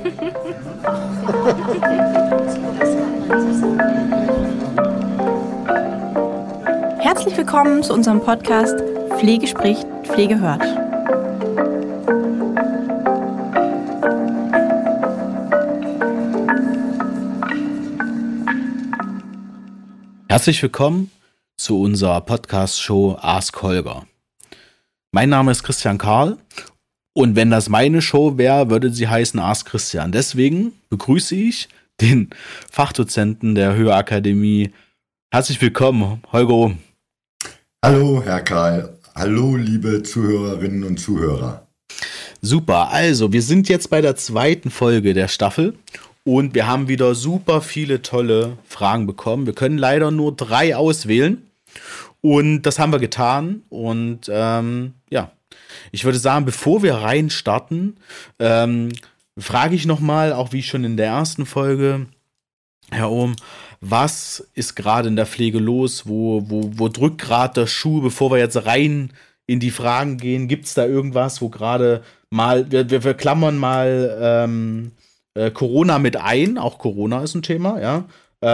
Herzlich willkommen zu unserem Podcast Pflege spricht, Pflege hört. Herzlich willkommen zu unserer Podcast-Show Ask Holger. Mein Name ist Christian Karl und wenn das meine Show wäre, würde sie heißen Ask Christian. Deswegen begrüße ich den Fachdozenten der Höherakademie. Herzlich willkommen, Holger Ohm. Hallo, Herr Karl. Hallo, liebe Zuhörerinnen und Zuhörer. Super, also wir sind jetzt bei der zweiten Folge der Staffel und wir haben wieder super viele tolle Fragen bekommen. Wir können leider nur 3 auswählen und das haben wir getan. Und ich würde sagen, bevor wir reinstarten, frage ich nochmal, auch wie schon in der ersten Folge, Herr Ohm, was ist gerade in der Pflege los? Wo drückt gerade der Schuh, bevor wir jetzt rein in die Fragen gehen? Gibt es da irgendwas, wo gerade mal, wir klammern mal Corona mit ein, auch Corona ist ein Thema, ja.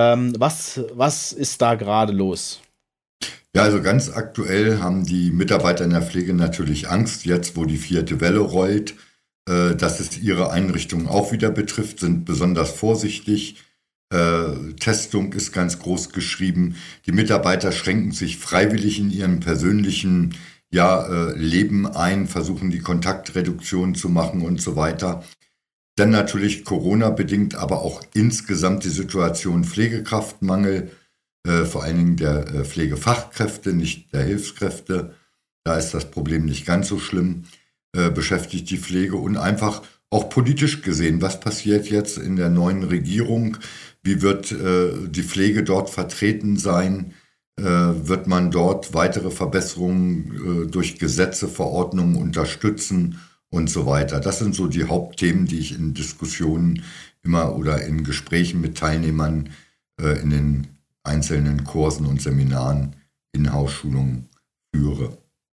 Was ist da gerade los? Ja, also ganz aktuell haben die Mitarbeiter in der Pflege natürlich Angst, jetzt wo die 4. Welle rollt, dass es ihre Einrichtungen auch wieder betrifft, sind besonders vorsichtig. Testung ist ganz groß geschrieben. Die Mitarbeiter schränken sich freiwillig in ihrem persönlichen Leben ein, versuchen die Kontaktreduktion zu machen und so weiter. Dann natürlich Corona-bedingt, aber auch insgesamt die Situation Pflegekraftmangel, vor allen Dingen der Pflegefachkräfte, nicht der Hilfskräfte. Da ist das Problem nicht ganz so schlimm, beschäftigt die Pflege und einfach auch politisch gesehen, was passiert jetzt in der neuen Regierung, wie wird die Pflege dort vertreten sein, wird man dort weitere Verbesserungen durch Gesetze, Verordnungen unterstützen und so weiter. Das sind so die Hauptthemen, die ich in Diskussionen immer oder in Gesprächen mit Teilnehmern in den einzelnen Kursen und Seminaren, Inhouse-Schulungen führe.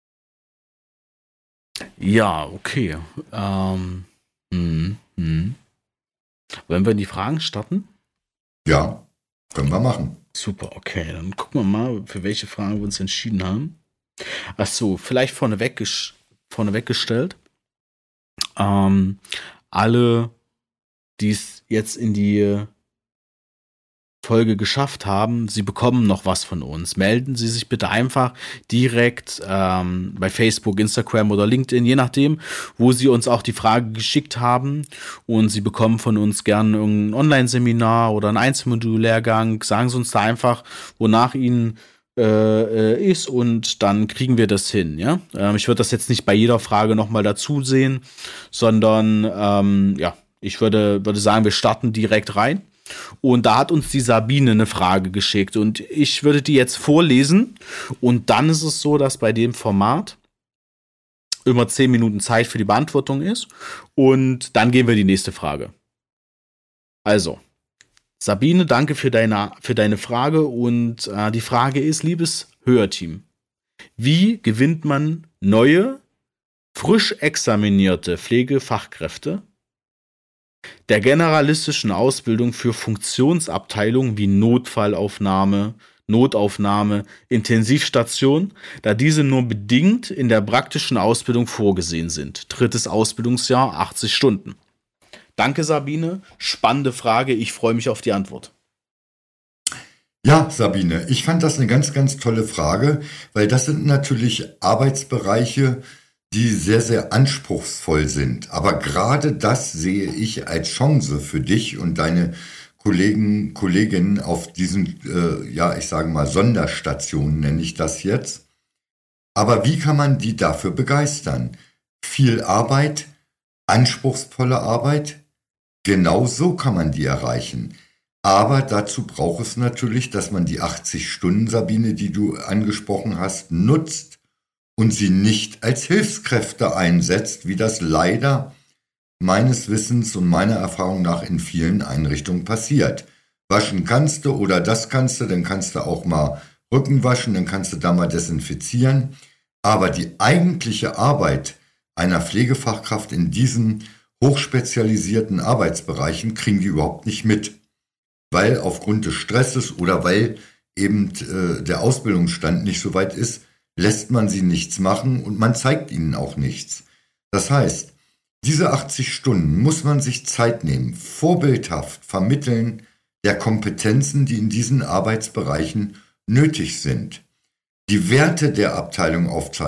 Ja, okay. Wollen wir in die Fragen starten? Ja, können wir machen. Super, okay. Dann gucken wir mal, für welche Fragen wir uns entschieden haben. Ach so, vielleicht vorneweg gestellt. Alle, die es jetzt in die Folge geschafft haben, sie bekommen noch was von uns. Melden Sie sich bitte einfach direkt bei Facebook, Instagram oder LinkedIn, je nachdem, wo Sie uns auch die Frage geschickt haben. Und Sie bekommen von uns gerne irgendein Online-Seminar oder ein Einzelmodul-Lehrgang. Sagen Sie uns da einfach, wonach Ihnen ist und dann kriegen wir das hin. Ja? Ich würde das jetzt nicht bei jeder Frage nochmal dazu sehen, sondern ich würde sagen, wir starten direkt rein. Und da hat uns die Sabine eine Frage geschickt und ich würde die jetzt vorlesen und dann ist es so, dass bei dem Format immer 10 Minuten Zeit für die Beantwortung ist und dann gehen wir die nächste Frage. Also, Sabine, danke für deine Frage und die Frage ist, liebes Hörteam, wie gewinnt man neue, frisch examinierte Pflegefachkräfte der generalistischen Ausbildung für Funktionsabteilungen wie Notfallaufnahme, Notaufnahme, Intensivstation, da diese nur bedingt in der praktischen Ausbildung vorgesehen sind. 3. Ausbildungsjahr, 80 Stunden. Danke, Sabine. Spannende Frage. Ich freue mich auf die Antwort. Ja, Sabine, ich fand das eine ganz, ganz tolle Frage, weil das sind natürlich Arbeitsbereiche, die sehr, sehr anspruchsvoll sind. Aber gerade das sehe ich als Chance für dich und deine Kolleginnen auf diesen, ich sage mal, Sonderstationen nenne ich das jetzt. Aber wie kann man die dafür begeistern? Viel Arbeit, anspruchsvolle Arbeit, genau so kann man die erreichen. Aber dazu braucht es natürlich, dass man die 80 Stunden, Sabine, die du angesprochen hast, nutzt und sie nicht als Hilfskräfte einsetzt, wie das leider meines Wissens und meiner Erfahrung nach in vielen Einrichtungen passiert. Waschen kannst du oder das kannst du, dann kannst du auch mal Rücken waschen, dann kannst du da mal desinfizieren. Aber die eigentliche Arbeit einer Pflegefachkraft in diesen hochspezialisierten Arbeitsbereichen kriegen die überhaupt nicht mit, weil aufgrund des Stresses oder weil eben der Ausbildungsstand nicht so weit ist, lässt man sie nichts machen und man zeigt ihnen auch nichts. Das heißt, diese 80 Stunden muss man sich Zeit nehmen, vorbildhaft vermitteln der Kompetenzen, die in diesen Arbeitsbereichen nötig sind. Die Werte der Abteilung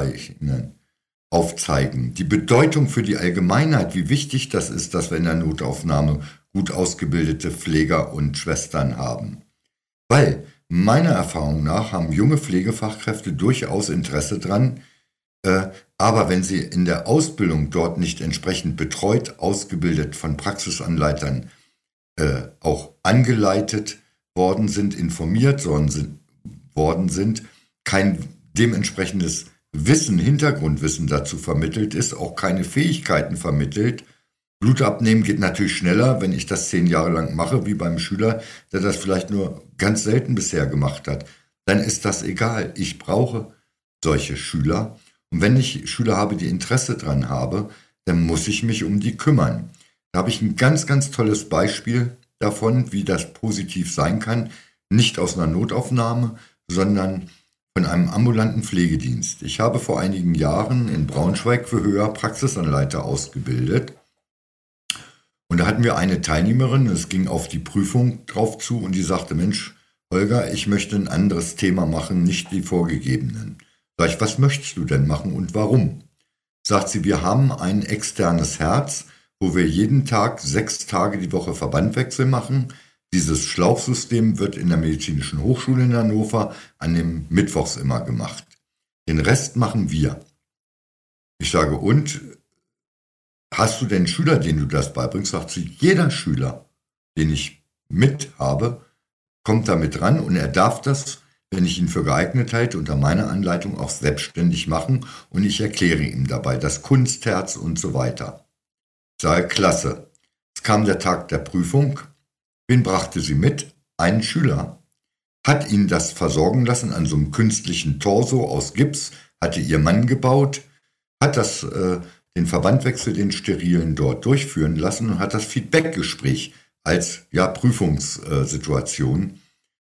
aufzeigen, die Bedeutung für die Allgemeinheit, wie wichtig das ist, dass wir in der Notaufnahme gut ausgebildete Pfleger und Schwestern haben. Weil meiner Erfahrung nach haben junge Pflegefachkräfte durchaus Interesse dran, aber wenn sie in der Ausbildung dort nicht entsprechend betreut, ausgebildet von Praxisanleitern, auch angeleitet worden sind, informiert worden sind, kein dementsprechendes Wissen, Hintergrundwissen dazu vermittelt ist, auch keine Fähigkeiten vermittelt. Blut abnehmen geht natürlich schneller, wenn ich das 10 Jahre lang mache, wie beim Schüler, der das vielleicht nur ganz selten bisher gemacht hat. Dann ist das egal. Ich brauche solche Schüler. Und wenn ich Schüler habe, die Interesse dran habe, dann muss ich mich um die kümmern. Da habe ich ein ganz, ganz tolles Beispiel davon, wie das positiv sein kann. Nicht aus einer Notaufnahme, sondern von einem ambulanten Pflegedienst. Ich habe vor einigen Jahren in Braunschweig für Praxisanleiter ausgebildet. Und da hatten wir eine Teilnehmerin, es ging auf die Prüfung drauf zu und die sagte, Mensch, Holger, ich möchte ein anderes Thema machen, nicht die vorgegebenen. Sag ich, was möchtest du denn machen und warum? Sagt sie, wir haben ein externes Herz, wo wir jeden Tag 6 Tage die Woche Verbandwechsel machen. Dieses Schlauchsystem wird in der Medizinischen Hochschule in Hannover an dem Mittwochs immer gemacht. Den Rest machen wir. Ich sage, und hast du denn Schüler, denen du das beibringst? Sagt sie, jeder Schüler, den ich mit habe, kommt da mit ran und er darf das, wenn ich ihn für geeignet halte, unter meiner Anleitung auch selbstständig machen und ich erkläre ihm dabei das Kunstherz und so weiter. Ich sage, klasse. Es kam der Tag der Prüfung. Wen brachte sie mit? Einen Schüler. Hat ihn das versorgen lassen an so einem künstlichen Torso aus Gips, hatte ihr Mann gebaut, hat den Verbandwechsel, den sterilen, dort durchführen lassen und hat das Feedbackgespräch als Prüfungssituation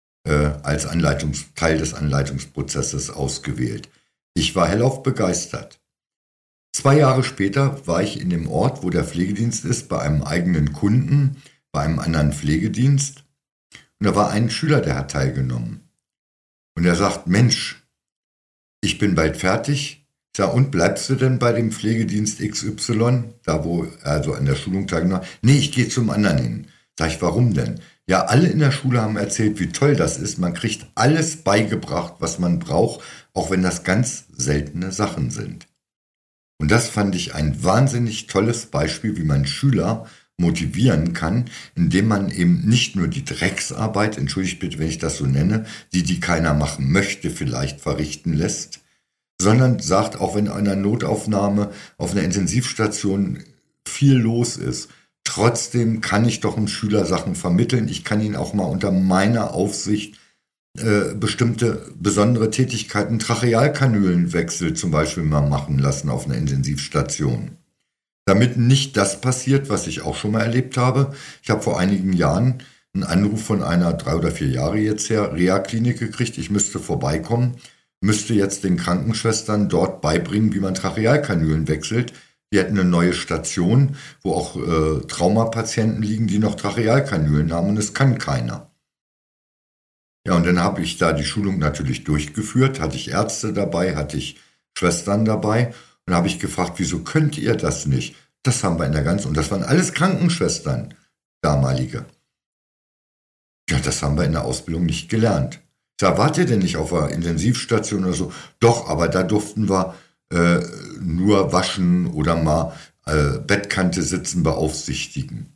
als Teil des Anleitungsprozesses ausgewählt. Ich war hellauf begeistert. 2 Jahre später war ich in dem Ort, wo der Pflegedienst ist, bei einem eigenen Kunden, bei einem anderen Pflegedienst. Und da war ein Schüler, der hat teilgenommen. Und er sagt, Mensch, ich bin bald fertig. Ich sage, und bleibst du denn bei dem Pflegedienst XY, da wo er also an der Schulung teilgenommen hat? Nee, ich gehe zum anderen hin. Sag ich, warum denn? Ja, alle in der Schule haben erzählt, wie toll das ist. Man kriegt alles beigebracht, was man braucht, auch wenn das ganz seltene Sachen sind. Und das fand ich ein wahnsinnig tolles Beispiel, wie man Schüler motivieren kann, indem man eben nicht nur die Drecksarbeit, entschuldigt bitte, wenn ich das so nenne, die keiner machen möchte, vielleicht verrichten lässt, sondern sagt, auch wenn in einer Notaufnahme auf einer Intensivstation viel los ist, trotzdem kann ich doch einem Schüler Sachen vermitteln. Ich kann ihn auch mal unter meiner Aufsicht bestimmte besondere Tätigkeiten, Trachealkanülenwechsel zum Beispiel mal machen lassen auf einer Intensivstation. Damit nicht das passiert, was ich auch schon mal erlebt habe. Ich habe vor einigen Jahren einen Anruf von einer 3 oder 4 Jahre jetzt her Reha-Klinik gekriegt. Ich müsste vorbeikommen, müsste jetzt den Krankenschwestern dort beibringen, wie man Trachealkanülen wechselt. Die hätten eine neue Station, wo auch Traumapatienten liegen, die noch Trachealkanülen haben und es kann keiner. Ja, und dann habe ich da die Schulung natürlich durchgeführt, hatte ich Ärzte dabei, hatte ich Schwestern dabei und habe ich gefragt, wieso könnt ihr das nicht? Das haben wir in der ganzen, und das waren alles Krankenschwestern, damalige. Ja, das haben wir in der Ausbildung nicht gelernt. Ich sage, wart ihr denn nicht auf einer Intensivstation oder so? Doch, aber da durften wir nur waschen oder mal Bettkante sitzen beaufsichtigen.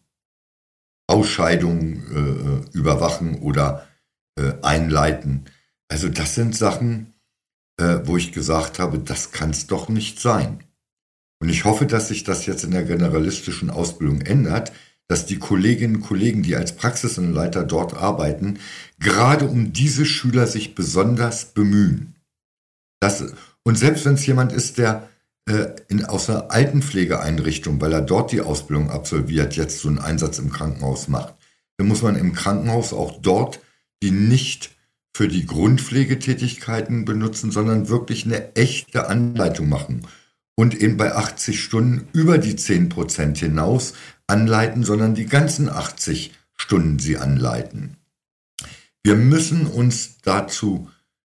Ausscheidungen überwachen oder einleiten. Also das sind Sachen, wo ich gesagt habe, das kann es doch nicht sein. Und ich hoffe, dass sich das jetzt in der generalistischen Ausbildung ändert, dass die Kolleginnen und Kollegen, die als Praxisanleiter dort arbeiten, gerade um diese Schüler sich besonders bemühen. Und selbst wenn es jemand ist, der aus einer Altenpflegeeinrichtung, weil er dort die Ausbildung absolviert, jetzt so einen Einsatz im Krankenhaus macht, dann muss man im Krankenhaus auch dort die nicht für die Grundpflegetätigkeiten benutzen, sondern wirklich eine echte Anleitung machen und eben bei 80 Stunden über die 10% hinaus anleiten, sondern die ganzen 80 Stunden sie anleiten. Wir müssen uns dazu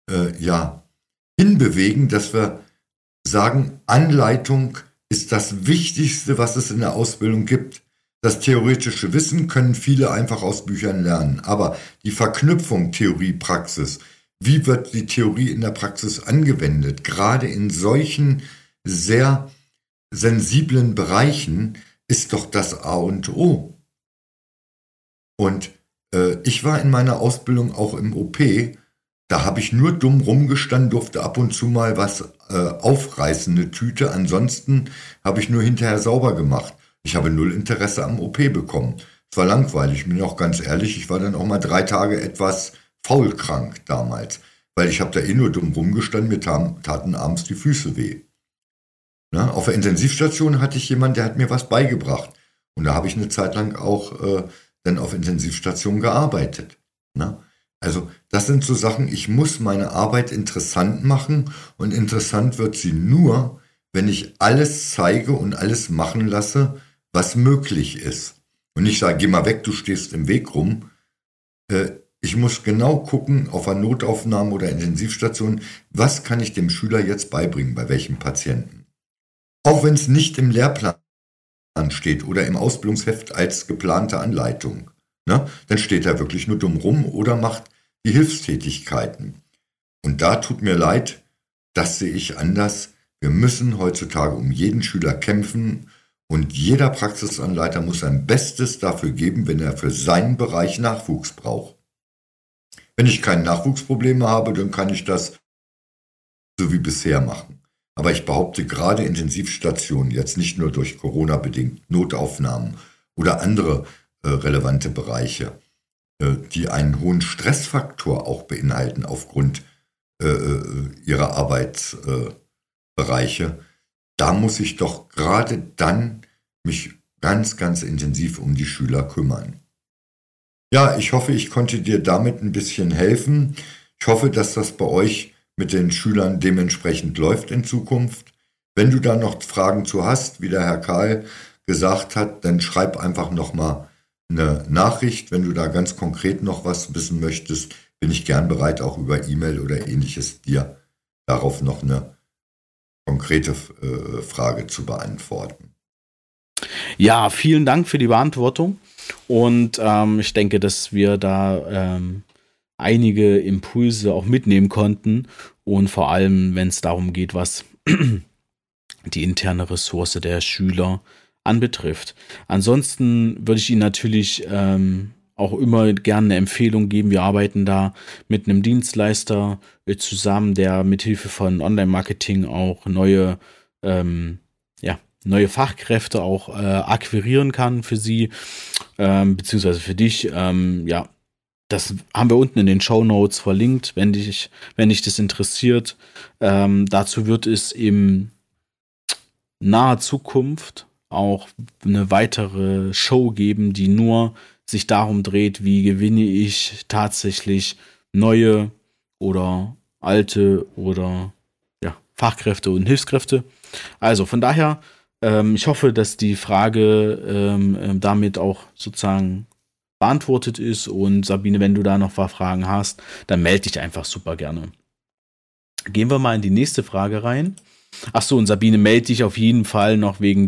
hinbewegen, dass wir sagen, Anleitung ist das Wichtigste, was es in der Ausbildung gibt. Das theoretische Wissen können viele einfach aus Büchern lernen, aber die Verknüpfung Theorie-Praxis, wie wird die Theorie in der Praxis angewendet, gerade in solchen sehr sensiblen Bereichen, ist doch das A und O. Und ich war in meiner Ausbildung auch im OP, da habe ich nur dumm rumgestanden, durfte ab und zu mal was aufreißen, eine Tüte. Ansonsten habe ich nur hinterher sauber gemacht. Ich habe null Interesse am OP bekommen. Es war langweilig, ich bin auch ganz ehrlich. Ich war dann auch mal 3 Tage etwas faulkrank damals, weil ich habe da nur dumm rumgestanden, mir taten abends die Füße weh. Na, auf der Intensivstation hatte ich jemanden, der hat mir was beigebracht. Und da habe ich eine Zeit lang auch dann auf Intensivstation gearbeitet. Na? Also das sind so Sachen, ich muss meine Arbeit interessant machen und interessant wird sie nur, wenn ich alles zeige und alles machen lasse, was möglich ist. Und nicht sage, geh mal weg, du stehst im Weg rum. Ich muss genau gucken auf einer Notaufnahme oder Intensivstation, was kann ich dem Schüler jetzt beibringen, bei welchem Patienten. Auch wenn es nicht im Lehrplan steht oder im Ausbildungsheft als geplante Anleitung. Ne? Dann steht er wirklich nur dumm rum oder macht die Hilfstätigkeiten. Und da tut mir leid, das sehe ich anders. Wir müssen heutzutage um jeden Schüler kämpfen und jeder Praxisanleiter muss sein Bestes dafür geben, wenn er für seinen Bereich Nachwuchs braucht. Wenn ich keine Nachwuchsprobleme habe, dann kann ich das so wie bisher machen. Aber ich behaupte, gerade Intensivstationen, jetzt nicht nur durch Corona bedingt, Notaufnahmen oder andere relevante Bereiche, die einen hohen Stressfaktor auch beinhalten aufgrund ihrer Arbeitsbereiche, da muss ich doch gerade dann mich ganz, ganz intensiv um die Schüler kümmern. Ja, ich hoffe, ich konnte dir damit ein bisschen helfen. Ich hoffe, dass das bei euch mit den Schülern dementsprechend läuft in Zukunft. Wenn du da noch Fragen zu hast, wie der Herr Karl gesagt hat, dann schreib einfach nochmal eine Nachricht. Wenn du da ganz konkret noch was wissen möchtest, bin ich gern bereit, auch über E-Mail oder ähnliches dir darauf noch eine konkrete Frage zu beantworten. Ja, vielen Dank für die Beantwortung. Und ich denke, dass wir da einige Impulse auch mitnehmen konnten. Und vor allem, wenn es darum geht, was die interne Ressource der Schüler anbetrifft. Ansonsten würde ich Ihnen natürlich auch immer gerne eine Empfehlung geben. Wir arbeiten da mit einem Dienstleister zusammen, der mithilfe von Online-Marketing auch neue Fachkräfte auch akquirieren kann für Sie, beziehungsweise für dich. Das haben wir unten in den Shownotes verlinkt, wenn dich das interessiert. Dazu wird es in naher Zukunft auch eine weitere Show geben, die nur sich darum dreht, wie gewinne ich tatsächlich neue oder alte oder Fachkräfte und Hilfskräfte. Also von daher, ich hoffe, dass die Frage damit auch sozusagen beantwortet ist. Und Sabine, wenn du da noch ein paar Fragen hast, dann melde dich einfach super gerne. Gehen wir mal in die nächste Frage rein. Achso, und Sabine, melde dich auf jeden Fall noch wegen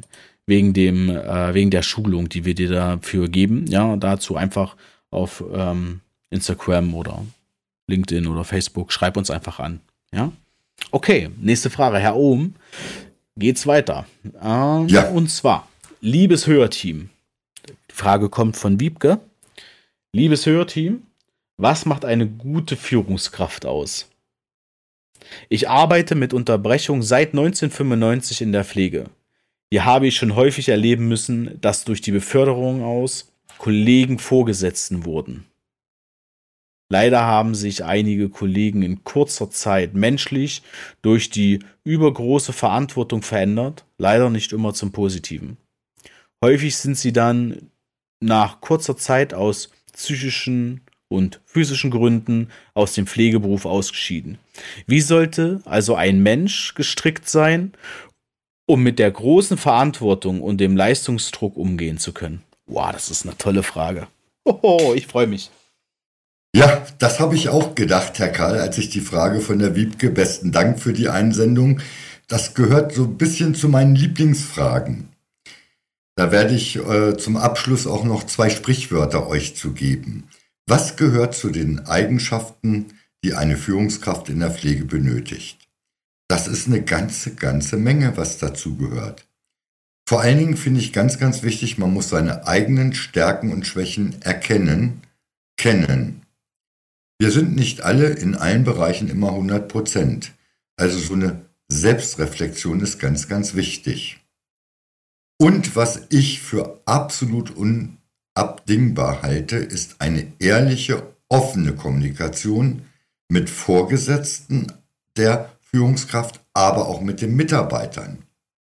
der Schulung, die wir dir dafür geben. Ja, dazu einfach auf Instagram oder LinkedIn oder Facebook. Schreib uns einfach an. Ja. Okay, nächste Frage. Herr Ohm, geht's weiter. Ja. Und zwar, liebes Hörteam. Die Frage kommt von Wiebke. Liebes Hörteam, was macht eine gute Führungskraft aus? Ich arbeite mit Unterbrechung seit 1995 in der Pflege. Hier habe ich schon häufig erleben müssen, dass durch die Beförderung aus Kollegen Vorgesetzten wurden. Leider haben sich einige Kollegen in kurzer Zeit menschlich durch die übergroße Verantwortung verändert, leider nicht immer zum Positiven. Häufig sind sie dann nach kurzer Zeit aus psychischen und physischen Gründen aus dem Pflegeberuf ausgeschieden. Wie sollte also ein Mensch gestrickt sein, um mit der großen Verantwortung und dem Leistungsdruck umgehen zu können? Wow, das ist eine tolle Frage. Hoho, ich freue mich. Ja, das habe ich auch gedacht, Herr Karl, als ich die Frage von der Wiebke, besten Dank für die Einsendung, das gehört so ein bisschen zu meinen Lieblingsfragen. Da werde ich zum Abschluss auch noch 2 Sprichwörter euch zu geben. Was gehört zu den Eigenschaften, die eine Führungskraft in der Pflege benötigt? Das ist eine ganze Menge, was dazu gehört. Vor allen Dingen finde ich ganz, ganz wichtig, man muss seine eigenen Stärken und Schwächen erkennen, kennen. Wir sind nicht alle in allen Bereichen immer 100%. Also so eine Selbstreflexion ist ganz, ganz wichtig. Und was ich für absolut unabdingbar halte, ist eine ehrliche, offene Kommunikation mit Vorgesetzten der Führungskraft, aber auch mit den Mitarbeitern.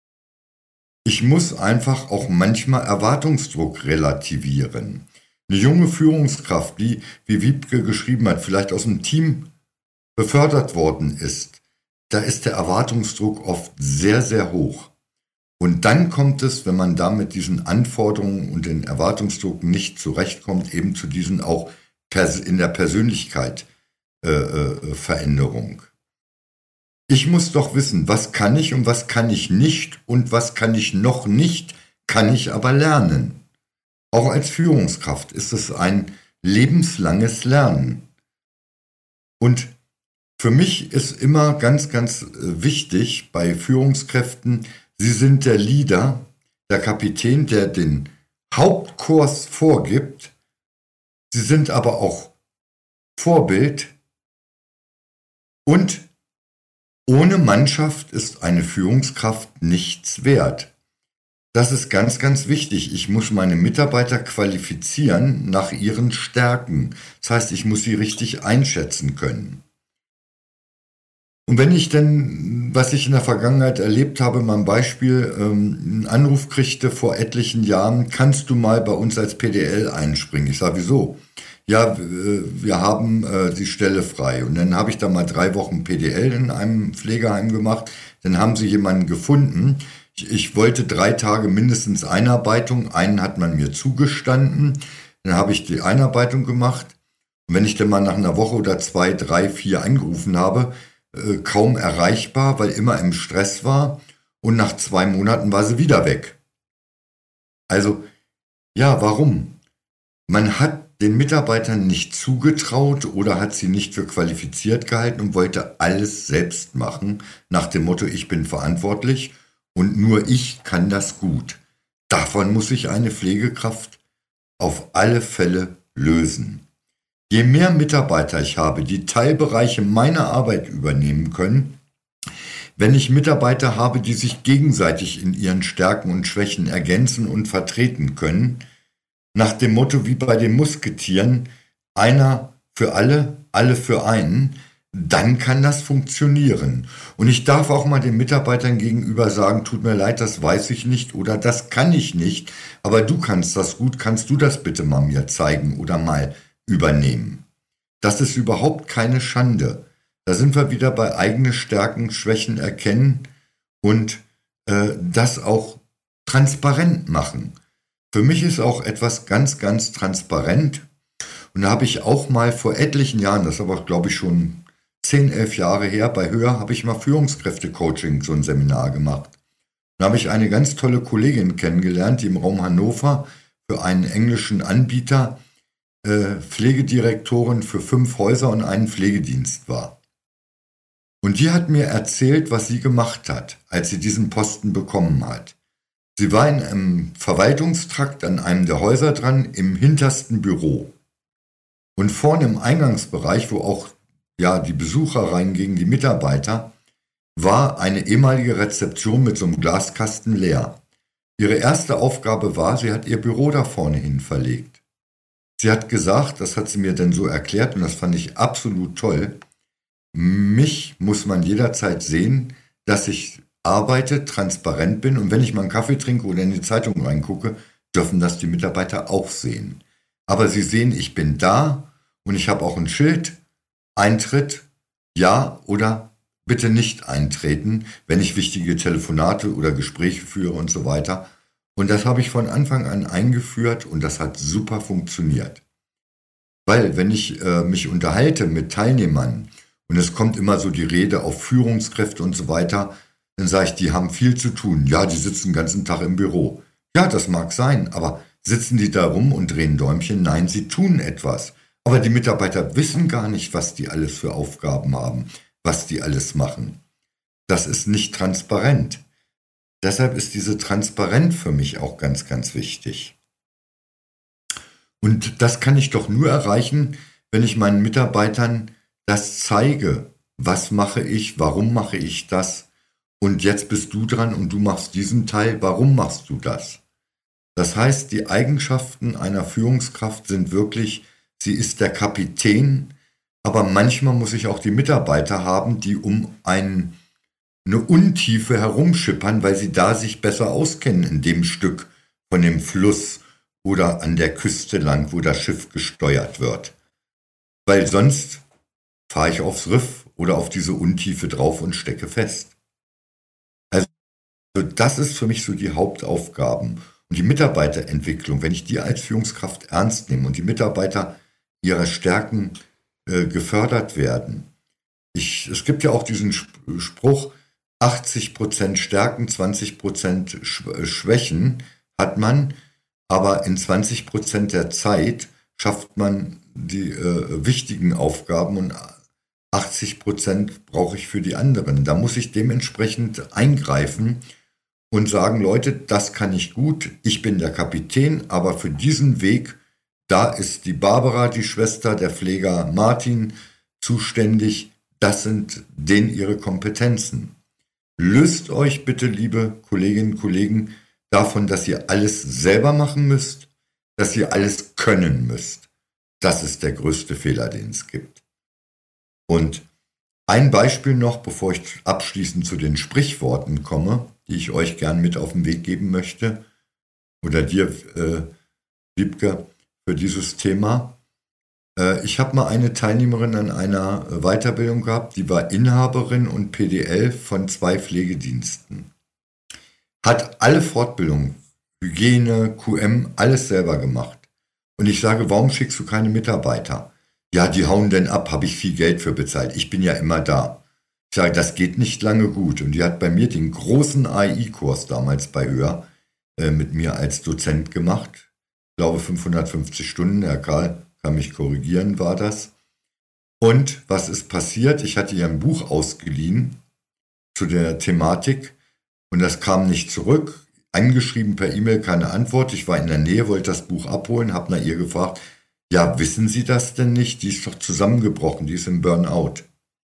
Ich muss einfach auch manchmal Erwartungsdruck relativieren. Eine junge Führungskraft, die, wie Wiebke geschrieben hat, vielleicht aus dem Team befördert worden ist, da ist der Erwartungsdruck oft sehr, sehr hoch. Und dann kommt es, wenn man da mit diesen Anforderungen und den Erwartungsdruck nicht zurechtkommt, eben zu diesen auch in der Persönlichkeit Veränderung. Ich muss doch wissen, was kann ich und was kann ich nicht und was kann ich noch nicht, kann ich aber lernen. Auch als Führungskraft ist es ein lebenslanges Lernen. Und für mich ist immer ganz, ganz wichtig bei Führungskräften, sie sind der Leader, der Kapitän, der den Hauptkurs vorgibt. Sie sind aber auch Vorbild. Und ohne Mannschaft ist eine Führungskraft nichts wert. Das ist ganz, ganz wichtig. Ich muss meine Mitarbeiter qualifizieren nach ihren Stärken. Das heißt, ich muss sie richtig einschätzen können. Und wenn ich denn, was ich in der Vergangenheit erlebt habe, mal ein Beispiel, einen Anruf kriegte vor etlichen Jahren, kannst du mal bei uns als PDL einspringen? Ich sage, wieso? Ja, wir haben die Stelle frei. Und dann habe ich da mal 3 Wochen PDL in einem Pflegeheim gemacht. Dann haben sie jemanden gefunden. Ich wollte 3 Tage mindestens Einarbeitung. Einen hat man mir zugestanden. Dann habe ich die Einarbeitung gemacht. Und wenn ich dann mal nach einer Woche oder 2, 3, 4 angerufen habe, kaum erreichbar, weil immer im Stress war. Und nach 2 Monaten war sie wieder weg. Also, ja, warum? Man hat den Mitarbeitern nicht zugetraut oder hat sie nicht für qualifiziert gehalten und wollte alles selbst machen, nach dem Motto, ich bin verantwortlich und nur ich kann das gut. Davon muss sich eine Pflegekraft auf alle Fälle lösen. Je mehr Mitarbeiter ich habe, die Teilbereiche meiner Arbeit übernehmen können, wenn ich Mitarbeiter habe, die sich gegenseitig in ihren Stärken und Schwächen ergänzen und vertreten können, nach dem Motto wie bei den Musketieren, einer für alle, alle für einen, dann kann das funktionieren. Und ich darf auch mal den Mitarbeitern gegenüber sagen, tut mir leid, das weiß ich nicht oder das kann ich nicht, aber du kannst das gut, kannst du das bitte mal mir zeigen oder mal übernehmen. Das ist überhaupt keine Schande. Da sind wir wieder bei eigene Stärken, Schwächen erkennen und das auch transparent machen. Für mich ist auch etwas ganz, ganz transparent. Und da habe ich auch mal vor etlichen Jahren, das ist aber glaube ich schon 10, 11 Jahre her, bei Höher habe ich mal Führungskräfte-Coaching, so ein Seminar gemacht. Da habe ich eine ganz tolle Kollegin kennengelernt, die im Raum Hannover für einen englischen Anbieter Pflegedirektorin für 5 Häuser und einen Pflegedienst war. Und die hat mir erzählt, was sie gemacht hat, als sie diesen Posten bekommen hat. Sie war in einem Verwaltungstrakt an einem der Häuser dran, im hintersten Büro. Und vorne im Eingangsbereich, wo auch die Besucher reingingen, die Mitarbeiter, war eine ehemalige Rezeption mit so einem Glaskasten leer. Ihre erste Aufgabe war, sie hat ihr Büro da vorne hin verlegt. Sie hat gesagt, das hat sie mir dann so erklärt und das fand ich absolut toll. Mich muss man jederzeit sehen, dass ich arbeite, transparent bin und wenn ich mal einen Kaffee trinke oder in die Zeitung reingucke, dürfen das die Mitarbeiter auch sehen. Aber sie sehen, ich bin da und ich habe auch ein Schild, Eintritt, ja oder bitte nicht eintreten, wenn ich wichtige Telefonate oder Gespräche führe und so weiter. Und das habe ich von Anfang an eingeführt und das hat super funktioniert. Weil wenn ich mich unterhalte mit Teilnehmern und es kommt immer so die Rede auf Führungskräfte und so weiter, dann sage ich, die haben viel zu tun. Ja, die sitzen den ganzen Tag im Büro. Ja, das mag sein, aber sitzen die da rum und drehen Däumchen? Nein, sie tun etwas. Aber die Mitarbeiter wissen gar nicht, was die alles für Aufgaben haben, was die alles machen. Das ist nicht transparent. Deshalb ist diese Transparenz für mich auch ganz, ganz wichtig. Und das kann ich doch nur erreichen, wenn ich meinen Mitarbeitern das zeige. Was mache ich? Warum mache ich das? Und jetzt bist du dran und du machst diesen Teil. Warum machst du das? Das heißt, die Eigenschaften einer Führungskraft sind wirklich, sie ist der Kapitän, aber manchmal muss ich auch die Mitarbeiter haben, die um eine Untiefe herumschippern, weil sie da sich besser auskennen in dem Stück von dem Fluss oder an der Küste lang, wo das Schiff gesteuert wird. Weil sonst fahre ich aufs Riff oder auf diese Untiefe drauf und stecke fest. Also das ist für mich so die Hauptaufgaben. Und die Mitarbeiterentwicklung, wenn ich die als Führungskraft ernst nehme und die Mitarbeiter ihrer Stärken gefördert werden. Es gibt ja auch diesen Spruch, 80% Stärken, 20% Schwächen hat man, aber in 20% der Zeit schafft man die wichtigen Aufgaben und 80% brauche ich für die anderen. Da muss ich dementsprechend eingreifen und sagen, Leute, das kann ich gut, ich bin der Kapitän, aber für diesen Weg, da ist die Barbara, die Schwester, der Pfleger Martin zuständig, das sind denen ihre Kompetenzen. Löst euch bitte, liebe Kolleginnen und Kollegen, davon, dass ihr alles selber machen müsst, dass ihr alles können müsst. Das ist der größte Fehler, den es gibt. Und ein Beispiel noch, bevor ich abschließend zu den Sprichworten komme, die ich euch gern mit auf den Weg geben möchte, oder dir, Wiebke, für dieses Thema. Ich habe mal eine Teilnehmerin an einer Weiterbildung gehabt, die war Inhaberin und PDL von 2 Pflegediensten. Hat alle Fortbildungen, Hygiene, QM, alles selber gemacht. Und ich sage, warum schickst du keine Mitarbeiter? Ja, die hauen denn ab, habe ich viel Geld für bezahlt. Ich bin ja immer da. Ich sage, das geht nicht lange gut. Und die hat bei mir den großen AI-Kurs damals bei Höher mit mir als Dozent gemacht. Ich glaube 550 Stunden, Herr Karl kann mich korrigieren, war das. Und was ist passiert? Ich hatte ihr ein Buch ausgeliehen zu der Thematik und das kam nicht zurück. Angeschrieben per E-Mail, keine Antwort. Ich war in der Nähe, wollte das Buch abholen, habe nach ihr gefragt, ja, wissen Sie das denn nicht? Die ist doch zusammengebrochen, die ist im Burnout.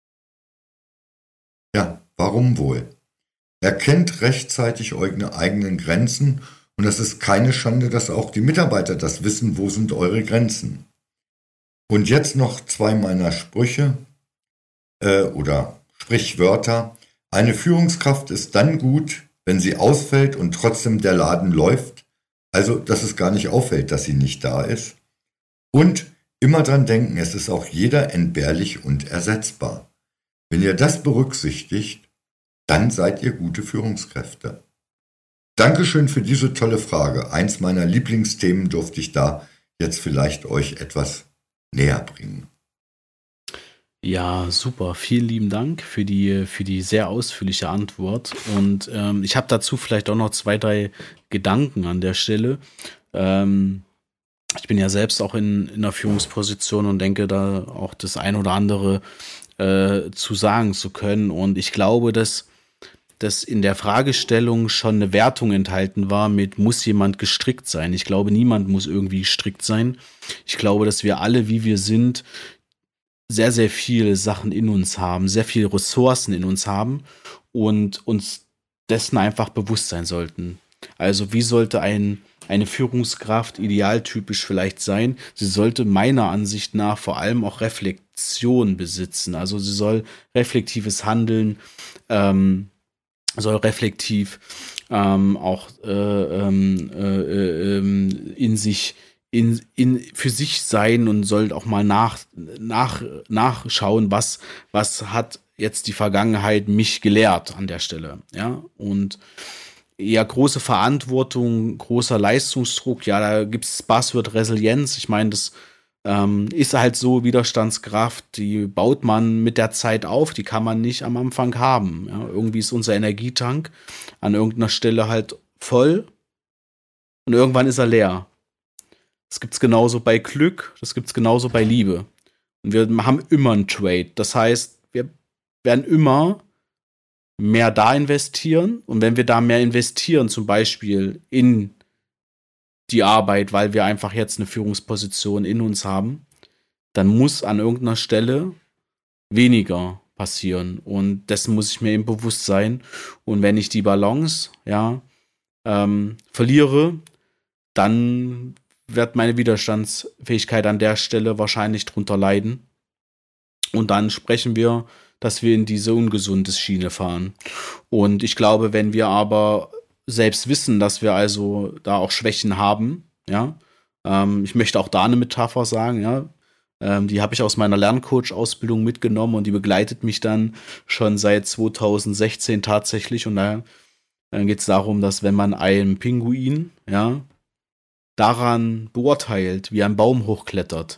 Ja, warum wohl? Erkennt rechtzeitig eure eigenen Grenzen und es ist keine Schande, dass auch die Mitarbeiter das wissen, wo sind eure Grenzen. Und jetzt noch 2 meiner Sprüche oder Sprichwörter. Eine Führungskraft ist dann gut, wenn sie ausfällt und trotzdem der Laden läuft. Also, dass es gar nicht auffällt, dass sie nicht da ist. Und immer dran denken, es ist auch jeder entbehrlich und ersetzbar. Wenn ihr das berücksichtigt, dann seid ihr gute Führungskräfte. Dankeschön für diese tolle Frage. Eins meiner Lieblingsthemen durfte ich da jetzt vielleicht euch etwas näher bringen. Ja, super. Vielen lieben Dank für die sehr ausführliche Antwort. Und ich habe dazu vielleicht auch noch 2, 3 Gedanken an der Stelle. Ich bin ja selbst auch in einer Führungsposition und denke da auch das ein oder andere zu sagen zu können. Und ich glaube, dass in der Fragestellung schon eine Wertung enthalten war mit, muss jemand gestrickt sein? Ich glaube, niemand muss irgendwie gestrickt sein. Ich glaube, dass wir alle, wie wir sind, sehr, sehr viele Sachen in uns haben, sehr viele Ressourcen in uns haben und uns dessen einfach bewusst sein sollten. Also wie sollte ein eine Führungskraft idealtypisch vielleicht sein? Sie sollte meiner Ansicht nach vor allem auch Reflexion besitzen. Also sie soll reflektives Handeln, soll reflektiv auch in sich für sich sein und soll auch mal nachschauen, was hat jetzt die Vergangenheit mich gelehrt an der Stelle, ja, und ja, große Verantwortung, großer Leistungsdruck, ja, da gibt es das Buzzword Resilienz, ich meine, das ist halt so, Widerstandskraft, die baut man mit der Zeit auf, die kann man nicht am Anfang haben, ja, irgendwie ist unser Energietank an irgendeiner Stelle halt voll und irgendwann ist er leer. Das gibt's genauso bei Glück, das gibt's genauso bei Liebe. Und wir haben immer einen Trade. Das heißt, wir werden immer mehr da investieren. Und wenn wir da mehr investieren, zum Beispiel in die Arbeit, weil wir einfach jetzt eine Führungsposition in uns haben, dann muss an irgendeiner Stelle weniger passieren. Und dessen muss ich mir eben bewusst sein. Und wenn ich die Balance, ja, verliere, dann wird meine Widerstandsfähigkeit an der Stelle wahrscheinlich drunter leiden. Und dann sprechen wir, dass wir in diese ungesunde Schiene fahren. Und ich glaube, wenn wir aber selbst wissen, dass wir also da auch Schwächen haben, ja, ich möchte auch da eine Metapher sagen, ja, die habe ich aus meiner Lerncoach-Ausbildung mitgenommen und die begleitet mich dann schon seit 2016 tatsächlich. Und da geht es darum, dass wenn man einen Pinguin, ja, daran beurteilt, wie ein Baum hochklettert,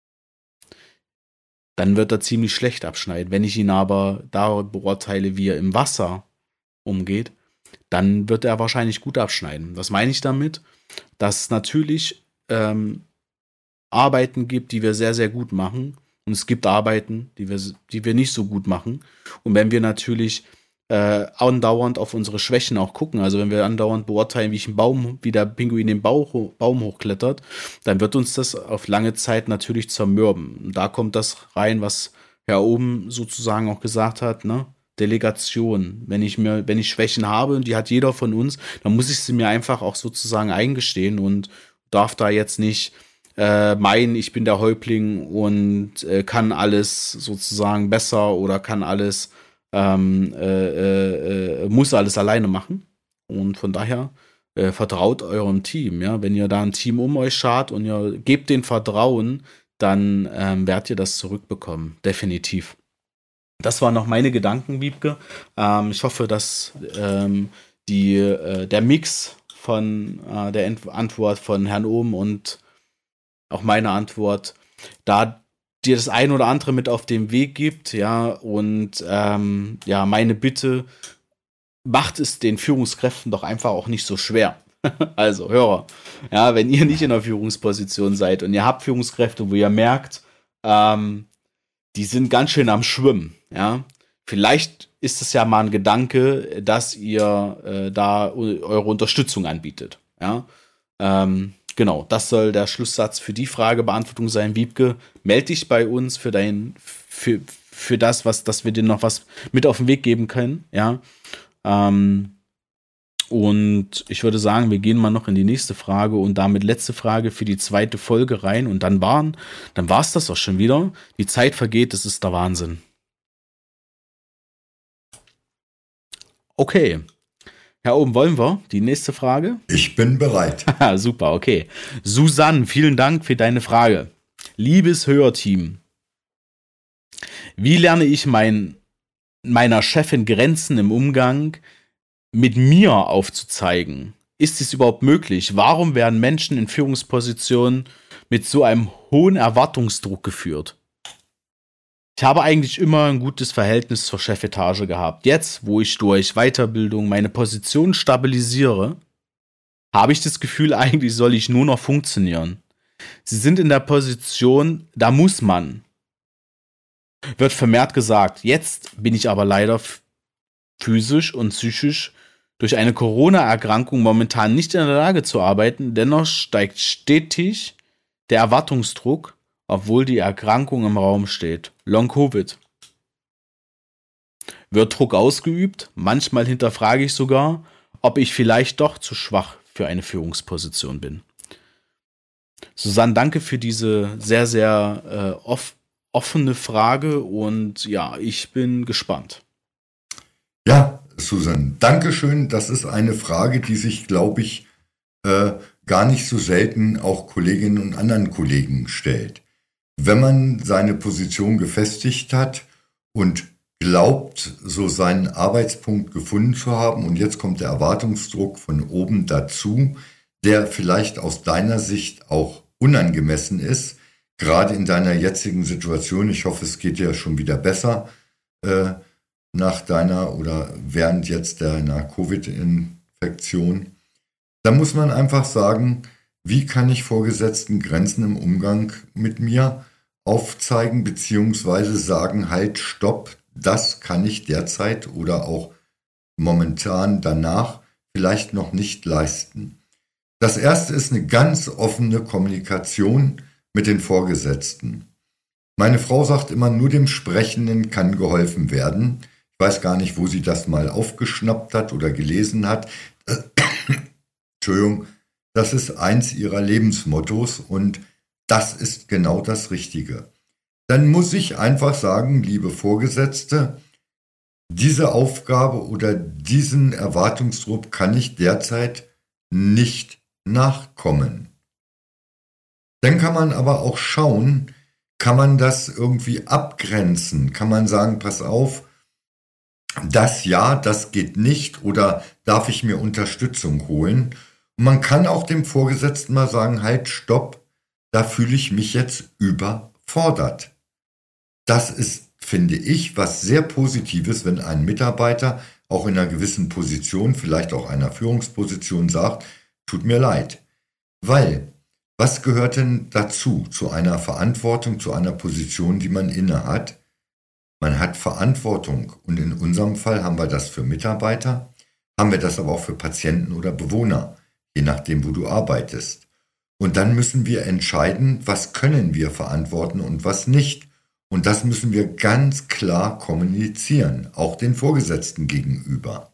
dann wird er ziemlich schlecht abschneiden. Wenn ich ihn aber da beurteile, wie er im Wasser umgeht, dann wird er wahrscheinlich gut abschneiden. Was meine ich damit? Dass es natürlich Arbeiten gibt, die wir sehr, sehr gut machen. Und es gibt Arbeiten, die wir nicht so gut machen. Und wenn wir natürlich andauernd auf unsere Schwächen auch gucken, also wenn wir andauernd beurteilen, wie der Pinguin den Baum hochklettert, dann wird uns das auf lange Zeit natürlich zermürben. Und da kommt das rein, was Herr Oben sozusagen auch gesagt hat, ne? Delegation. Wenn ich Schwächen habe, und die hat jeder von uns, dann muss ich sie mir einfach auch sozusagen eingestehen und darf da jetzt nicht meinen, ich bin der Häuptling und kann alles sozusagen besser oder kann alles muss alles alleine machen. Und von daher vertraut eurem Team. Ja? Wenn ihr da ein Team um euch schart und ihr gebt den Vertrauen, dann werdet ihr das zurückbekommen. Definitiv. Das waren noch meine Gedanken, Wiebke. Ich hoffe, dass der Mix von der Antwort von Herrn Ohm und auch meine Antwort da dir das ein oder andere mit auf den Weg gibt, ja, und ja, meine Bitte, macht es den Führungskräften doch einfach auch nicht so schwer. Also, Hörer, ja, wenn ihr nicht in einer Führungsposition seid und ihr habt Führungskräfte, wo ihr merkt, die sind ganz schön am Schwimmen, ja, vielleicht ist es ja mal ein Gedanke, dass ihr da eure Unterstützung anbietet, ja, genau, das soll der Schlusssatz für die Fragebeantwortung sein. Wiebke, melde dich bei uns für das, dass wir dir noch was mit auf den Weg geben können. Ja. Und ich würde sagen, wir gehen mal noch in die nächste Frage und damit letzte Frage für die zweite Folge rein. Und dann war's das auch schon wieder. Die Zeit vergeht, das ist der Wahnsinn. Okay. Herr Oben, wollen wir die nächste Frage? Ich bin bereit. Super, okay. Susanne, vielen Dank für deine Frage. Liebes Hörteam, wie lerne ich meiner Chefin Grenzen im Umgang mit mir aufzuzeigen? Ist dies überhaupt möglich? Warum werden Menschen in Führungspositionen mit so einem hohen Erwartungsdruck geführt? Ich habe eigentlich immer ein gutes Verhältnis zur Chefetage gehabt. Jetzt, wo ich durch Weiterbildung meine Position stabilisiere, habe ich das Gefühl, eigentlich soll ich nur noch funktionieren. Sie sind in der Position, da muss man. Wird vermehrt gesagt. Jetzt bin ich aber leider physisch und psychisch durch eine Corona-Erkrankung momentan nicht in der Lage zu arbeiten. Dennoch steigt stetig der Erwartungsdruck, obwohl die Erkrankung im Raum steht. Long-Covid. Wird Druck ausgeübt? Manchmal hinterfrage ich sogar, ob ich vielleicht doch zu schwach für eine Führungsposition bin. Susanne, danke für diese sehr, sehr offene Frage und ja, ich bin gespannt. Ja, Susanne, Dankeschön. Das ist eine Frage, die sich, glaube ich, gar nicht so selten auch Kolleginnen und anderen Kollegen stellt. Wenn man seine Position gefestigt hat und glaubt, so seinen Arbeitspunkt gefunden zu haben und jetzt kommt der Erwartungsdruck von oben dazu, der vielleicht aus deiner Sicht auch unangemessen ist, gerade in deiner jetzigen Situation. Ich hoffe, es geht dir schon wieder besser nach deiner oder während jetzt deiner Covid-Infektion. Da muss man einfach sagen, wie kann ich Vorgesetzten Grenzen im Umgang mit mir aufzeigen, beziehungsweise sagen, halt, stopp, das kann ich derzeit oder auch momentan danach vielleicht noch nicht leisten. Das erste ist eine ganz offene Kommunikation mit den Vorgesetzten. Meine Frau sagt immer, nur dem Sprechenden kann geholfen werden. Ich weiß gar nicht, wo sie das mal aufgeschnappt hat oder gelesen hat. Entschuldigung, das ist eins ihrer Lebensmottos und das ist genau das Richtige. Dann muss ich einfach sagen, liebe Vorgesetzte, diese Aufgabe oder diesen Erwartungsdruck kann ich derzeit nicht nachkommen. Dann kann man aber auch schauen, kann man das irgendwie abgrenzen? Kann man sagen, pass auf, das geht nicht oder darf ich mir Unterstützung holen? Und man kann auch dem Vorgesetzten mal sagen, halt, stopp, da fühle ich mich jetzt überfordert. Das ist, finde ich, was sehr Positives, wenn ein Mitarbeiter auch in einer gewissen Position, vielleicht auch einer Führungsposition sagt, tut mir leid. Weil, was gehört denn dazu, zu einer Verantwortung, zu einer Position, die man innehat? Man hat Verantwortung und in unserem Fall haben wir das für Mitarbeiter, haben wir das aber auch für Patienten oder Bewohner, je nachdem, wo du arbeitest. Und dann müssen wir entscheiden, was können wir verantworten und was nicht. Und das müssen wir ganz klar kommunizieren, auch den Vorgesetzten gegenüber.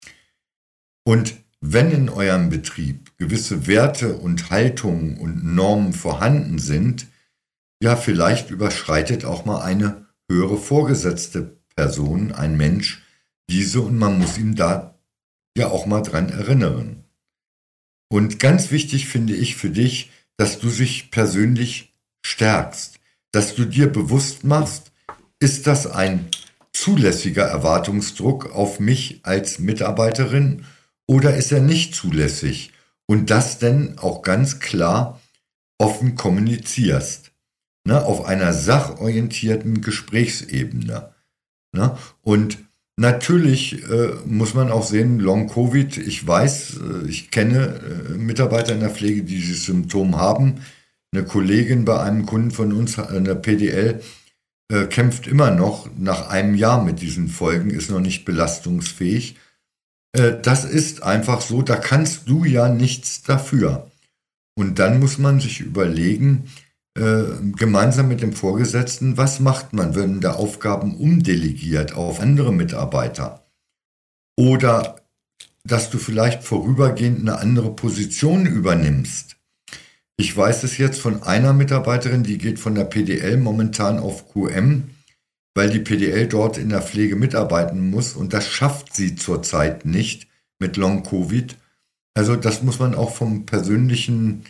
Und wenn in eurem Betrieb gewisse Werte und Haltungen und Normen vorhanden sind, ja, vielleicht überschreitet auch mal eine höhere vorgesetzte Person, ein Mensch, diese und man muss ihn da ja auch mal dran erinnern. Und ganz wichtig finde ich für dich, dass du dich persönlich stärkst, dass du dir bewusst machst, ist das ein zulässiger Erwartungsdruck auf mich als Mitarbeiterin oder ist er nicht zulässig? Und das denn auch ganz klar offen kommunizierst, ne, auf einer sachorientierten Gesprächsebene. Ne? Und natürlich muss man auch sehen, Long-Covid, ich weiß, ich kenne Mitarbeiter in der Pflege, die dieses Symptom haben. Eine Kollegin bei einem Kunden von uns, eine PDL, kämpft immer noch nach einem Jahr mit diesen Folgen, ist noch nicht belastungsfähig. Das ist einfach so, da kannst du ja nichts dafür. Und dann muss man sich überlegen, gemeinsam mit dem Vorgesetzten, was macht man, wenn da Aufgaben umdelegiert auf andere Mitarbeiter? Oder dass du vielleicht vorübergehend eine andere Position übernimmst. Ich weiß es jetzt von einer Mitarbeiterin, die geht von der PDL momentan auf QM, weil die PDL dort in der Pflege mitarbeiten muss und das schafft sie zurzeit nicht mit Long-Covid. Also das muss man auch vom persönlichen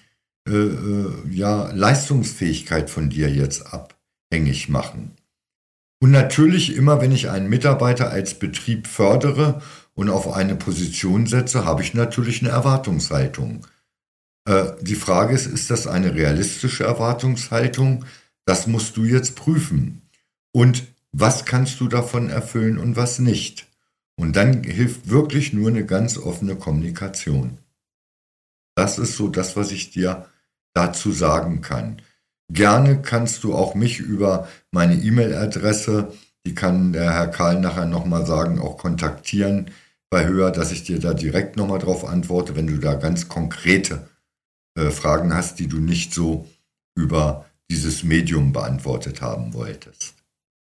Leistungsfähigkeit von dir jetzt abhängig machen. Und natürlich immer, wenn ich einen Mitarbeiter als Betrieb fördere und auf eine Position setze, habe ich natürlich eine Erwartungshaltung. Die Frage ist das eine realistische Erwartungshaltung? Das musst du jetzt prüfen. Und was kannst du davon erfüllen und was nicht? Und dann hilft wirklich nur eine ganz offene Kommunikation. Das ist so das, was ich dir dazu sagen kann. Gerne kannst du auch mich über meine E-Mail-Adresse, die kann der Herr Karl nachher nochmal sagen, auch kontaktieren bei Höher, dass ich dir da direkt nochmal drauf antworte, wenn du da ganz konkrete Fragen hast, die du nicht so über dieses Medium beantwortet haben wolltest.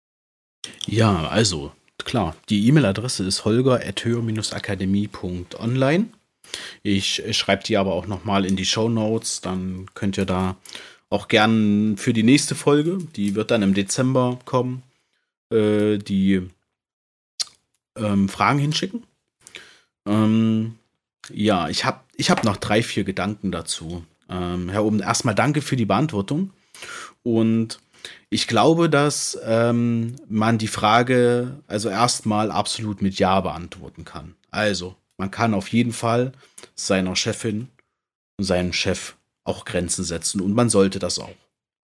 Ja, also klar, die E-Mail-Adresse ist holger@höher-akademie.online. Ich schreibe die aber auch nochmal in die Shownotes. Dann könnt ihr da auch gern für die nächste Folge, die wird dann im Dezember kommen, die Fragen hinschicken. Ja, ich hab noch 3, 4 Gedanken dazu. Herr Oben, erstmal danke für die Beantwortung. Und ich glaube, dass man die Frage also erstmal absolut mit Ja beantworten kann. Also, man kann auf jeden Fall seiner Chefin und seinem Chef auch Grenzen setzen und man sollte das auch.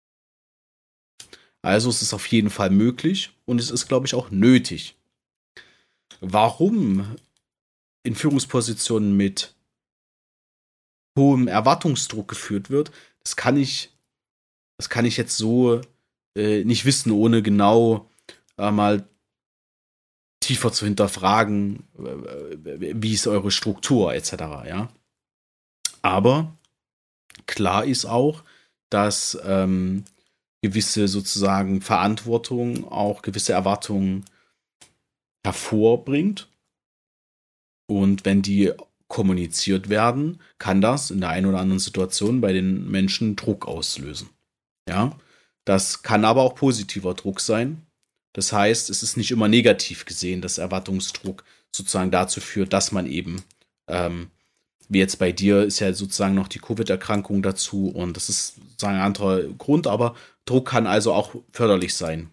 Also es ist auf jeden Fall möglich und es ist, glaube ich, auch nötig. Warum in Führungspositionen mit hohem Erwartungsdruck geführt wird, das kann ich jetzt so nicht wissen, ohne genau mal tiefer zu hinterfragen, wie ist eure Struktur etc. Ja? Aber klar ist auch, dass gewisse sozusagen Verantwortung auch gewisse Erwartungen hervorbringt. Und wenn die kommuniziert werden, kann das in der einen oder anderen Situation bei den Menschen Druck auslösen. Ja, das kann aber auch positiver Druck sein. Das heißt, es ist nicht immer negativ gesehen, dass Erwartungsdruck sozusagen dazu führt, dass man eben, wie jetzt bei dir, ist ja sozusagen noch die Covid-Erkrankung dazu und das ist sozusagen ein anderer Grund, aber Druck kann also auch förderlich sein.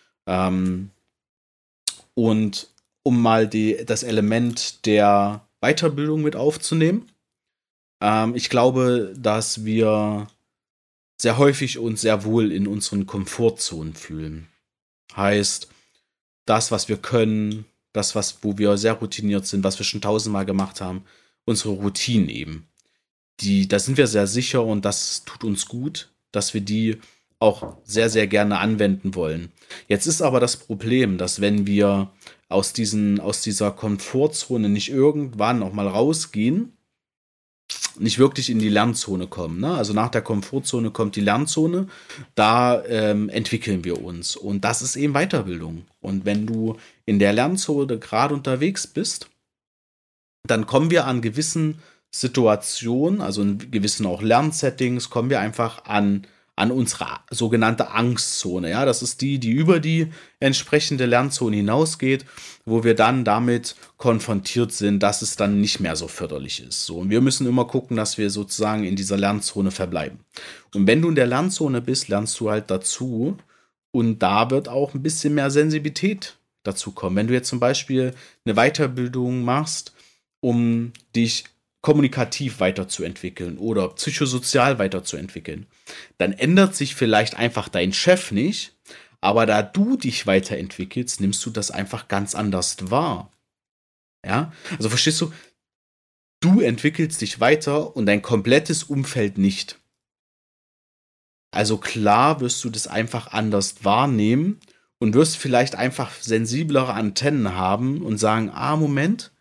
Und um mal das Element der Weiterbildung mit aufzunehmen, ich glaube, dass wir sehr häufig uns sehr wohl in unseren Komfortzonen fühlen. Heißt, das, was wir können, das, wo wir sehr routiniert sind, was wir schon 1000-mal gemacht haben, unsere Routinen eben. Da sind wir sehr sicher und das tut uns gut, dass wir die auch sehr, sehr gerne anwenden wollen. Jetzt ist aber das Problem, dass wenn wir aus dieser Komfortzone nicht irgendwann auch mal rausgehen, nicht wirklich in die Lernzone kommen. Ne? Also nach der Komfortzone kommt die Lernzone, da entwickeln wir uns. Und das ist eben Weiterbildung. Und wenn du in der Lernzone gerade unterwegs bist, dann kommen wir an gewissen Situationen, also in gewissen auch Lernsettings, kommen wir einfach an unsere sogenannte Angstzone. Ja, das ist die über die entsprechende Lernzone hinausgeht, wo wir dann damit konfrontiert sind, dass es dann nicht mehr so förderlich ist. So, und wir müssen immer gucken, dass wir sozusagen in dieser Lernzone verbleiben. Und wenn du in der Lernzone bist, lernst du halt dazu und da wird auch ein bisschen mehr Sensibilität dazu kommen. Wenn du jetzt zum Beispiel eine Weiterbildung machst, um dich kommunikativ weiterzuentwickeln oder psychosozial weiterzuentwickeln, dann ändert sich vielleicht einfach dein Chef nicht, aber da du dich weiterentwickelst, nimmst du das einfach ganz anders wahr. Ja, also verstehst du, du entwickelst dich weiter und dein komplettes Umfeld nicht. Also klar wirst du das einfach anders wahrnehmen und wirst vielleicht einfach sensiblere Antennen haben und sagen, Moment,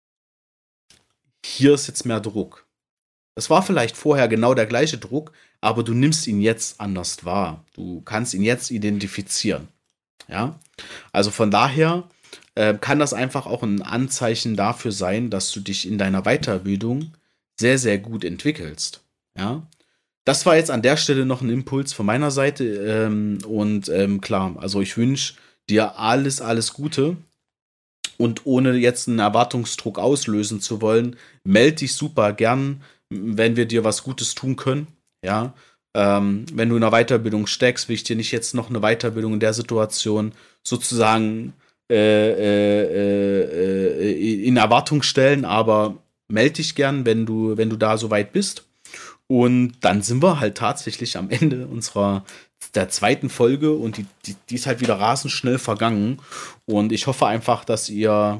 hier ist jetzt mehr Druck. Es war vielleicht vorher genau der gleiche Druck, aber du nimmst ihn jetzt anders wahr. Du kannst ihn jetzt identifizieren. Ja? Also von daher kann das einfach auch ein Anzeichen dafür sein, dass du dich in deiner Weiterbildung sehr, sehr gut entwickelst. Ja? Das war jetzt an der Stelle noch ein Impuls von meiner Seite klar, also ich wünsche dir alles, alles Gute. Und ohne jetzt einen Erwartungsdruck auslösen zu wollen, melde dich super gern, wenn wir dir was Gutes tun können. Ja, wenn du in einer Weiterbildung steckst, will ich dir nicht jetzt noch eine Weiterbildung in der Situation sozusagen in Erwartung stellen, aber melde dich gern, wenn du da soweit bist. Und dann sind wir halt tatsächlich am Ende der zweiten Folge und die ist halt wieder rasend schnell vergangen. Und ich hoffe einfach, dass ihr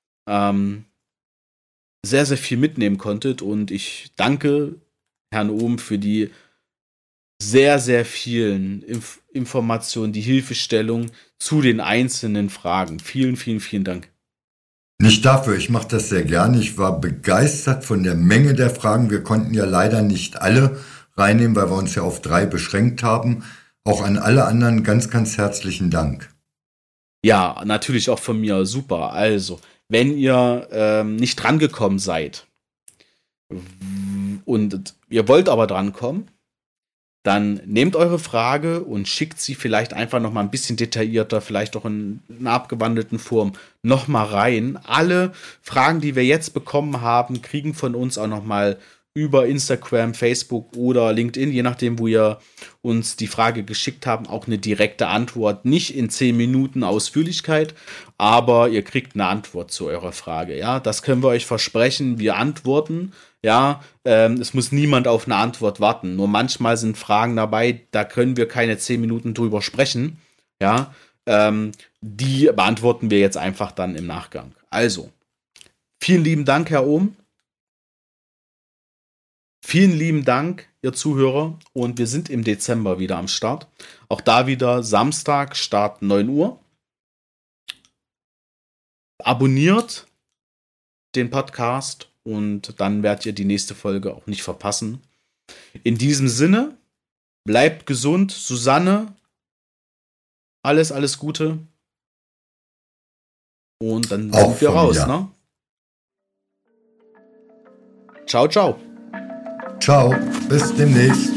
sehr, sehr viel mitnehmen konntet. Und ich danke Herrn Ohm für die sehr, sehr vielen Informationen, die Hilfestellung zu den einzelnen Fragen. Vielen, vielen, vielen Dank. Nicht dafür, ich mache das sehr gerne. Ich war begeistert von der Menge der Fragen. Wir konnten ja leider nicht alle reinnehmen, weil wir uns ja auf 3 beschränkt haben. Auch an alle anderen ganz, ganz herzlichen Dank. Ja, natürlich auch von mir. Super. Also, wenn ihr nicht drangekommen seid, und ihr wollt aber drankommen, dann nehmt eure Frage und schickt sie vielleicht einfach nochmal ein bisschen detaillierter, vielleicht auch in einer abgewandelten Form nochmal rein. Alle Fragen, die wir jetzt bekommen haben, kriegen von uns auch nochmal über Instagram, Facebook oder LinkedIn, je nachdem, wo ihr uns die Frage geschickt habt, auch eine direkte Antwort. Nicht in 10 Minuten Ausführlichkeit, aber ihr kriegt eine Antwort zu eurer Frage. Ja, das können wir euch versprechen. Wir antworten. Ja, es muss niemand auf eine Antwort warten. Nur manchmal sind Fragen dabei, da können wir keine 10 Minuten drüber sprechen. Ja, die beantworten wir jetzt einfach dann im Nachgang. Also, vielen lieben Dank, Herr Ohm. Vielen lieben Dank, ihr Zuhörer. Und wir sind im Dezember wieder am Start. Auch da wieder Samstag, Start 9 Uhr. Abonniert den Podcast und dann werdet ihr die nächste Folge auch nicht verpassen. In diesem Sinne, bleibt gesund. Susanne, alles Gute. Und dann auch sind wir raus, ne? Ciao, ciao. Ciao, bis demnächst.